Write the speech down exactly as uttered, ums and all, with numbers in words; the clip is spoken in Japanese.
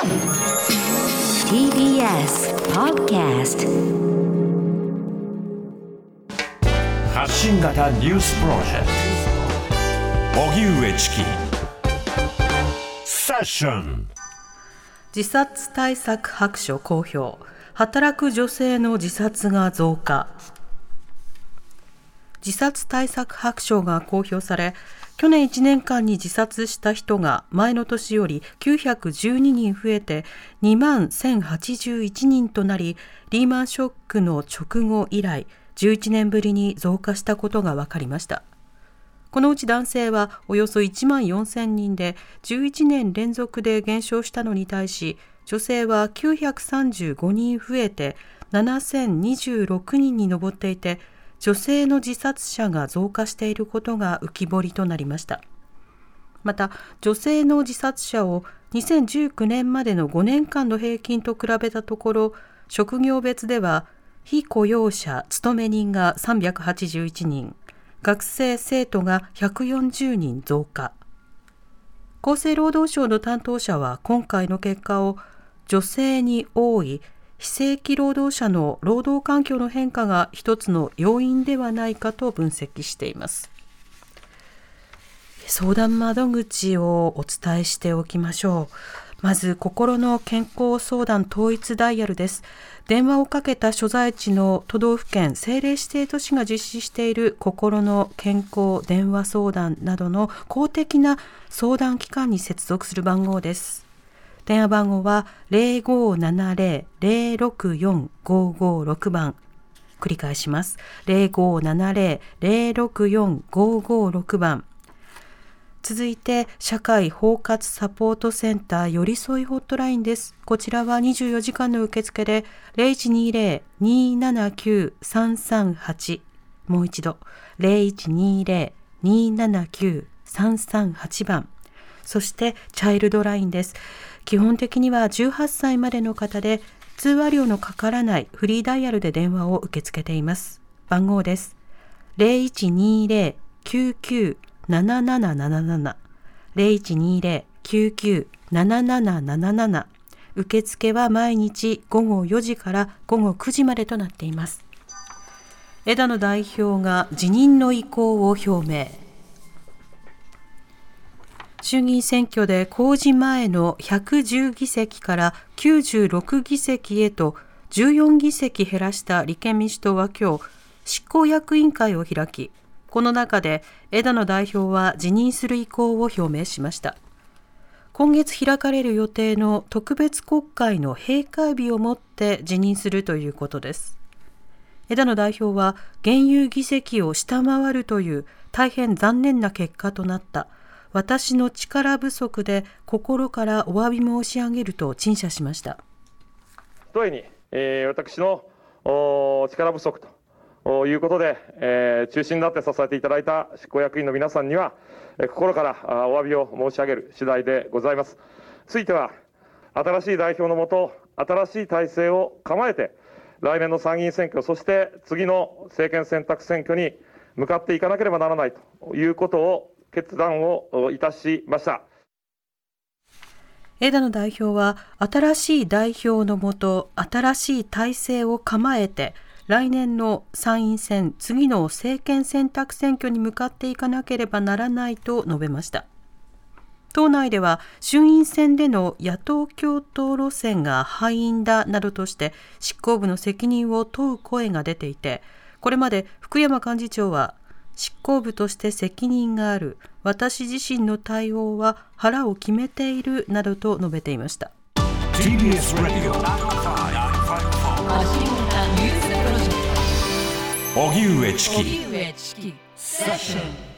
ティービーエス Podcast 発信型ニュースプロジェクト荻上チキセッション。 自殺対策白書公表。働く女性の自殺が増加。自殺対策白書が公表され、去年いちねんかんに自殺した人が前の年よりきゅうひゃくじゅうににん増えてにまんせんはちじゅういちにんとなり、リーマンショックの直後以来じゅういちねんぶりに増加したことが分かりました。このうち男性はおよそいちまんよんせんにんでじゅういちねん連続で減少したのに対し、女性はきゅうひゃくさんじゅうごにん増えてななせんにじゅうろくにんに上っていて、女性の自殺者が増加していることが浮き彫りとなりました。また、女性の自殺者をにせんじゅうきゅうねんまでのごねんかんの平均と比べたところ、職業別では非雇用者勤め人がさんびゃくはちじゅういちにん、学生生徒がひゃくよんじゅうにん増加。厚生労働省の担当者は今回の結果を、女性に多い非正規労働者の労働環境の変化が一つの要因ではないかと分析しています。相談窓口をお伝えしておきましょう。まず、心の健康相談統一ダイヤルです。電話をかけた所在地の都道府県、政令指定都市が実施している心の健康電話相談などの公的な相談機関に接続する番号です。電話番号は ゼロごーななゼロ ゼロろくよん ごーごーろく 番。繰り返します。ゼロごーななゼロ ゼロろくよん ごーごーろく 番。続いて、社会包括サポートセンターよりそいホットラインです。こちらはにじゅうよじかんの受付で ゼロいちにゼロ にーななきゅう さんさんはち。もう一度、ゼロいちにゼロ にーななきゅう さんさんはち 番。そして、チャイルドラインです。基本的にはじゅうはっさいまでの方で通話料のかからないフリーダイヤルで電話を受け付けています。番号です。ゼロいちにゼロ きゅうきゅう ななななななな ゼロいちにゼロ きゅうきゅう ななななななな。受付は毎日ごごよじからごごくじまでとなっています。枝野代表が辞任の意向を表明。衆議院選挙で公示前のひゃくじゅうぎせきからきゅうじゅうろくぎせきへとじゅうよんぎせき減らした立憲民主党は今日、執行役員会を開き、この中で枝野代表は辞任する意向を表明しました。今月開かれる予定の特別国会の閉会日をもって辞任するということです。枝野代表は現有議席を下回るという大変残念な結果となった。私の力不足で心からお詫び申し上げると陳謝しました。 ひとえに、えー、私の力不足ということで、えー、中心になって支えていただいた執行役員の皆さんには、えー、心からお詫びを申し上げる次第でございます。ついては、新しい代表のもと、新しい体制を構えて、来年の参議院選挙、そして次の政権選択選挙に向かっていかなければならないということを決断をいたしました。 枝野代表は新しい代表のもと新しい体制を構えて来年の参院選、次の政権選択選挙に向かっていかなければならないと述べました。党内では衆院選での野党共闘路線が敗因だなどとして執行部の責任を問う声が出ていて、これまで福山幹事長は執行部として責任がある、私自身の対応は腹を決めているなどと述べていました。 ティービーエス Radio 荻上チキセッション。